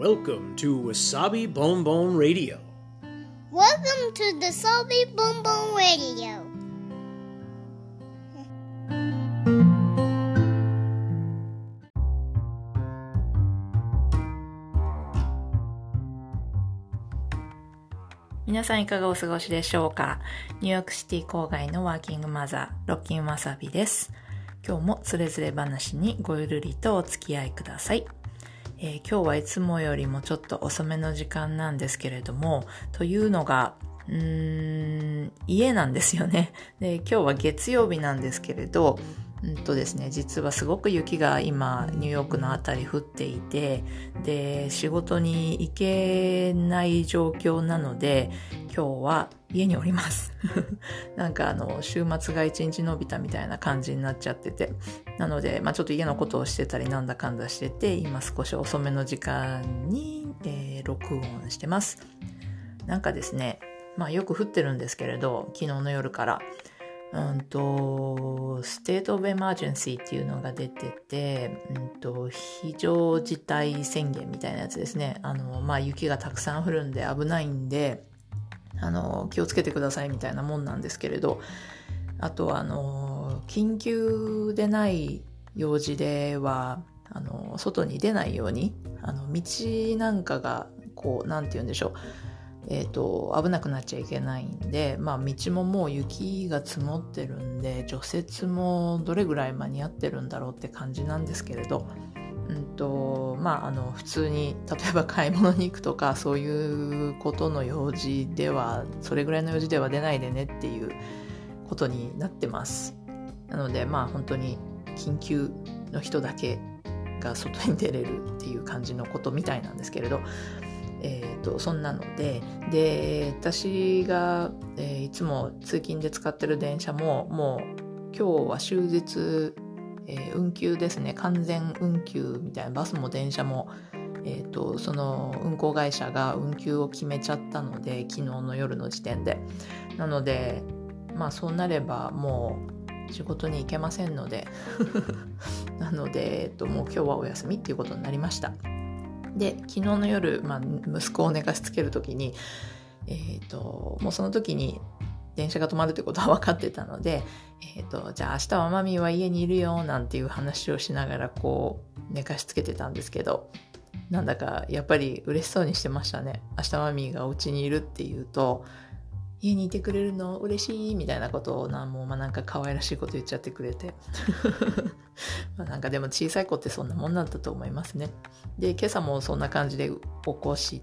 Welcome to Wasabi Bonbon Radio. Welcome to the Wasabi Bonbon Radio. 皆さんいかがお過ごしでしょうか。ニューヨークシティ郊外のワーキングマザー、ロッキンわさびです。今日もつれづれ話にごゆるりとお付き合いください。今日はいつもよりもちょっと遅めの時間なんですけれども、というのが家なんですよね。で、今日は月曜日なんですけれど、ですね、実はすごく雪が今ニューヨークのあたり降っていて、で、仕事に行けない状況なので、今日は家におります。なんか週末が一日伸びたみたいな感じになっちゃってて、なので、ちょっと家のことをしてたりなんだかんだしてて、今少し遅めの時間に、録音してます。なんかですね、よく降ってるんですけれど、昨日の夜からステートオブエマージェンシーっていうのが出てて、非常事態宣言みたいなやつですね。雪がたくさん降るんで危ないんで、気をつけてくださいみたいなもんなんですけれど、あとは緊急でない用事では外に出ないように道なんかがなんて言うんでしょう、危なくなっちゃいけないんで、道ももう雪が積もってるんで、除雪もどれぐらい間に合ってるんだろうって感じなんですけれど、普通に例えば買い物に行くとかそういうことの用事では、それぐらいの用事では出ないでねっていうことになってます。なので本当に緊急の人だけが外に出れるっていう感じのことみたいなんですけれど、そんなので、私が、いつも通勤で使ってる電車ももう今日は終日、運休ですね。完全運休みたいな、バスも電車も、その運行会社が運休を決めちゃったので、昨日の夜の時点で。なので、そうなればもう仕事に行けませんのでなので、もう今日はお休みっていうことになりました。で、昨日の夜、息子を寝かしつけるときに、もうその時に電車が止まるってことは分かってたので、じゃあ明日はマミーは家にいるよなんていう話をしながら寝かしつけてたんですけど、なんだかやっぱり嬉しそうにしてましたね。明日マミーがお家にいるっていうと、家にいてくれるの嬉しいみたいなことをなんか可愛らしいこと言っちゃってくれてなんかでも小さい子ってそんなもんなんだと思いますね。で、今朝もそんな感じで起こして、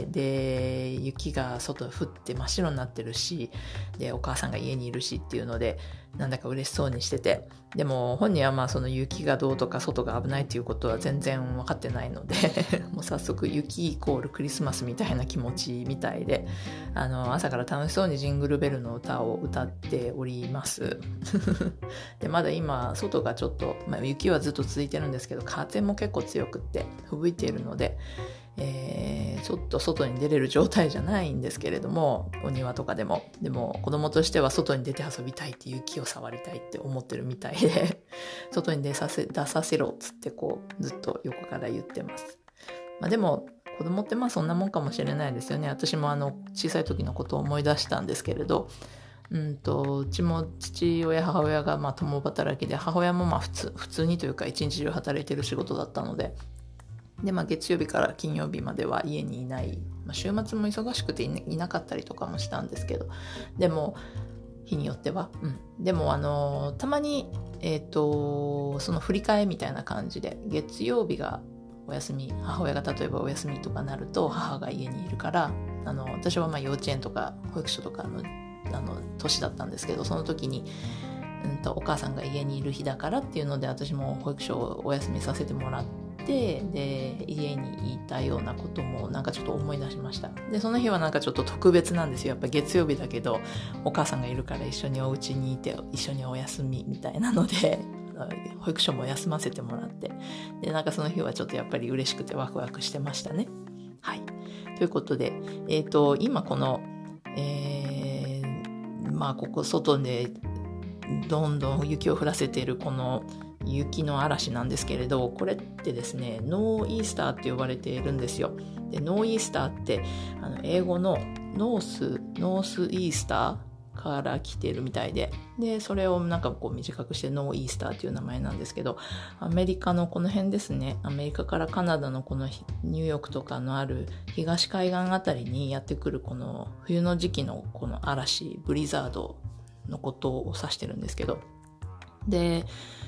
で、雪が外降って真っ白になってるし、で、お母さんが家にいるしっていうので、なんだか嬉しそうにしてて、でも本人はその雪がどうとか外が危ないっていうことは全然分かってないのでもう早速雪イコールクリスマスみたいな気持ちみたいで、朝から楽しそうにジングルベルの歌を歌っておりますで、まだ今外がちょっと、雪はずっと続いてるんですけど、風も結構強くって吹雪いているので、ちょっと外に出れる状態じゃないんですけれども、お庭とかでも子供としては外に出て遊びたいって雪を触りたいって思ってるみたいで外に出させろっつってずっと横から言ってます。でも子供ってそんなもんかもしれないですよね。私も小さい時のことを思い出したんですけれど、うちも父親母親が共働きで、母親も普通にというか一日中働いてる仕事だったので、で、月曜日から金曜日までは家にいない、週末も忙しくていなかったりとかもしたんですけど、でも日によっては、でもたまにその振り替えみたいな感じで、月曜日がお休み、母親が例えばお休みとかなると母が家にいるから、私は幼稚園とか保育所とかの年だったんですけど、その時にお母さんが家にいる日だからっていうので、私も保育所をお休みさせてもらって、で、家にいたようなこともなんかちょっと思い出しました。で、その日はなんかちょっと特別なんですよ。やっぱ月曜日だけどお母さんがいるから一緒にお家にいて一緒にお休みみたいなので、保育所も休ませてもらって、で、なんかその日はちょっとやっぱり嬉しくてワクワクしてましたね。はい。ということで、今この、ここ外でどんどん雪を降らせているこの雪の嵐なんですけれど、これってですねノーイースターって呼ばれているんですよ。でノーイースターって英語のノースイースターから来てるみたいで、それをなんかこう短くしてノーイースターという名前なんですけど、アメリカのこの辺ですね、アメリカからカナダのこのニューヨークとかのある東海岸あたりにやってくるこの冬の時期のこの嵐、ブリザードのことを指してるんですけど、で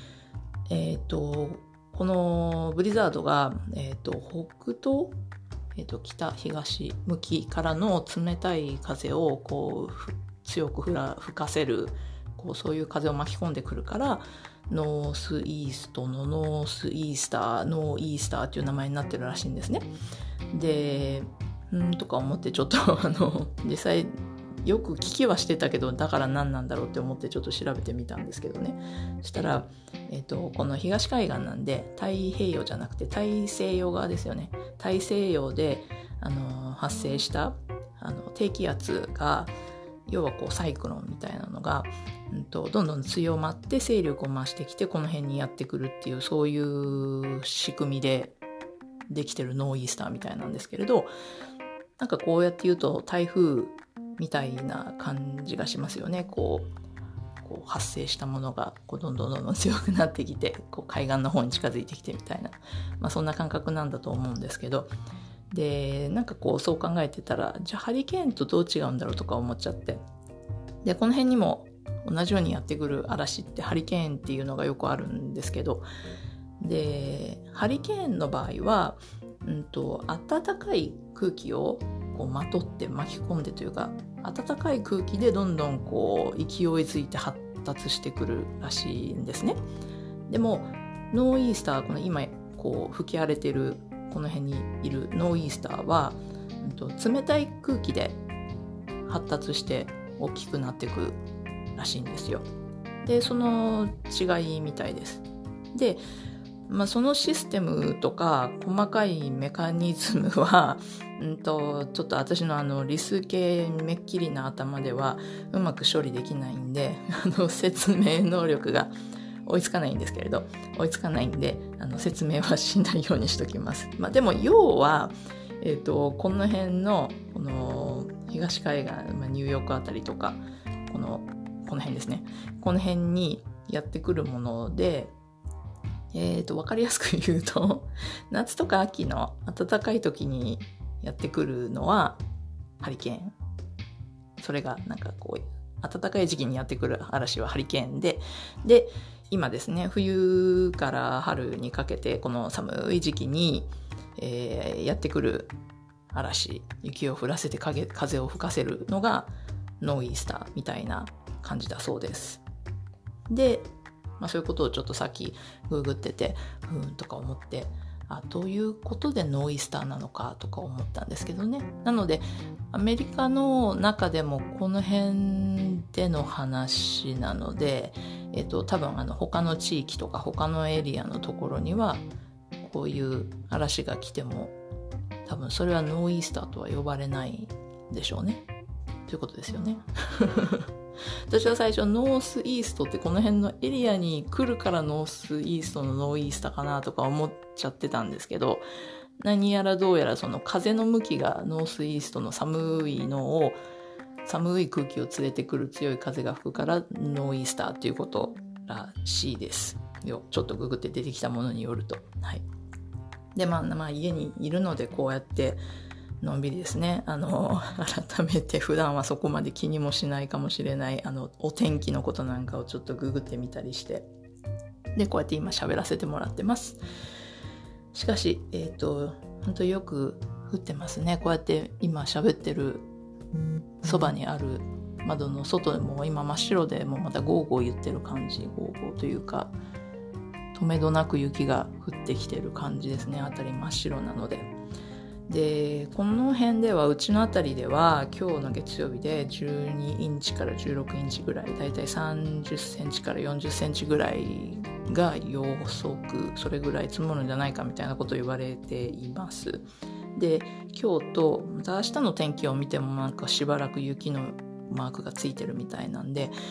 このブリザードが、北東、北東向きからの冷たい風をこう強く吹かせるそういう風を巻き込んでくるから、ノースイーストのノースイースター、ノーイースターっていう名前になってるらしいんですね。でとか思ってちょっと実際よく聞きはしてたけど、だから何なんだろうって思ってちょっと調べてみたんですけどね。そしたら、この東海岸なんで太平洋じゃなくて大西洋側ですよね。大西洋で発生した低気圧が、要はこうサイクロンみたいなのが、どんどん強まって勢力を増してきてこの辺にやってくるっていう、そういう仕組みでできてるノーイースターみたいなんですけれど、なんかこうやって言うと台風みたいな感じがしますよね。こう発生したものがどんどん強くなってきて、海岸の方に近づいてきてみたいな、そんな感覚なんだと思うんですけど、でなんかそう考えてたら、じゃあハリケーンとどう違うんだろうとか思っちゃって、でこの辺にも同じようにやってくる嵐ってハリケーンっていうのがよくあるんですけど、でハリケーンの場合は、暖かい空気をまとって巻き込んでというか、暖かい空気でどんどん勢いづいて発達してくるらしいんですね。でもノーイースター、この今吹き荒れてるこの辺にいるノーイースターは、冷たい空気で発達して大きくなっていくらしいんですよ。でその違いみたいです。でそのシステムとか細かいメカニズムはちょっと私のリス系めっきりな頭ではうまく処理できないんで、説明能力が追いつかないんですけれど、追いつかないんで説明はしないようにしときます。でも要は、この辺のこの東海岸、ニューヨークあたりとかこの辺ですね、この辺にやってくるもので、分かりやすく言うと、夏とか秋の暖かい時にやってくるのはハリケーン。それがなんか暖かい時期にやってくる嵐はハリケーンで、今ですね、冬から春にかけてこの寒い時期に、やってくる嵐、雪を降らせて風を吹かせるのがノーイースターみたいな感じだそうです。でそういうことをちょっとさっきググっててとか思って、どういうことでノーイースターなのかとか思ったんですけどね。なのでアメリカの中でもこの辺での話なので、多分他の地域とか他のエリアのところにはこういう嵐が来ても多分それはノーイースターとは呼ばれないでしょうね、ということですよね。私は最初ノースイーストってこの辺のエリアに来るからノースイーストのノーイースターかなとか思っちゃってたんですけど、何やらどうやらその風の向きがノースイーストの寒い空気を連れてくる強い風が吹くからノーイースターっていうことらしいですよ。ちょっとググって出てきたものによると。はい。で家にいるのでこうやってのんびりですね、改めて普段はそこまで気にもしないかもしれないお天気のことなんかをちょっとググってみたりして、でこうやって今喋らせてもらってます。しかし本当よく降ってますね。こうやって今喋ってるそばにある窓の外でも今真っ白で、もうまたゴーゴー言ってる感じ、ゴーゴーというか止めどなく雪が降ってきてる感じですね。あたり真っ白なので、この辺ではうちのあたりでは今日の月曜日で12インチから16インチぐらい、だいたい30センチから40センチぐらいが予測、それぐらい積もるんじゃないかみたいなことを言われています。で今日とまた明日の天気を見てもなんかしばらく雪のマークがついてるみたいなんで、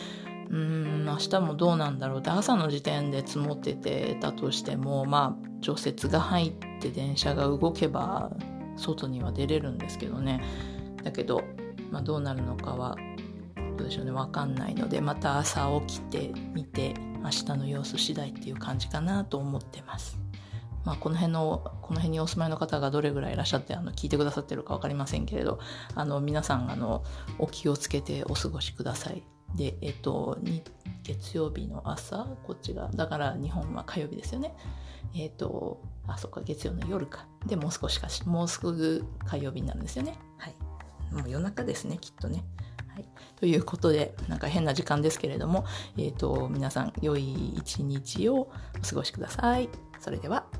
明日もどうなんだろうって、朝の時点で積もっててたとしても、除雪が入って電車が動けば外には出れるんですけどね。だけど、どうなるのかはどうでしょうね、分かんないので、また朝起きてみて明日の様子次第っていう感じかなと思ってます。この辺にお住まいの方がどれぐらいいらっしゃって聞いてくださってるか分かりませんけれど、皆さんお気をつけてお過ごしください。で、月曜日の朝、こっちがだから日本は火曜日ですよね。そっか、月曜の夜か。でもうすぐ火曜日になるんですよね。はい。もう夜中ですね、きっとね。はい。ということで、なんか変な時間ですけれども、皆さん良い一日をお過ごしください。それでは。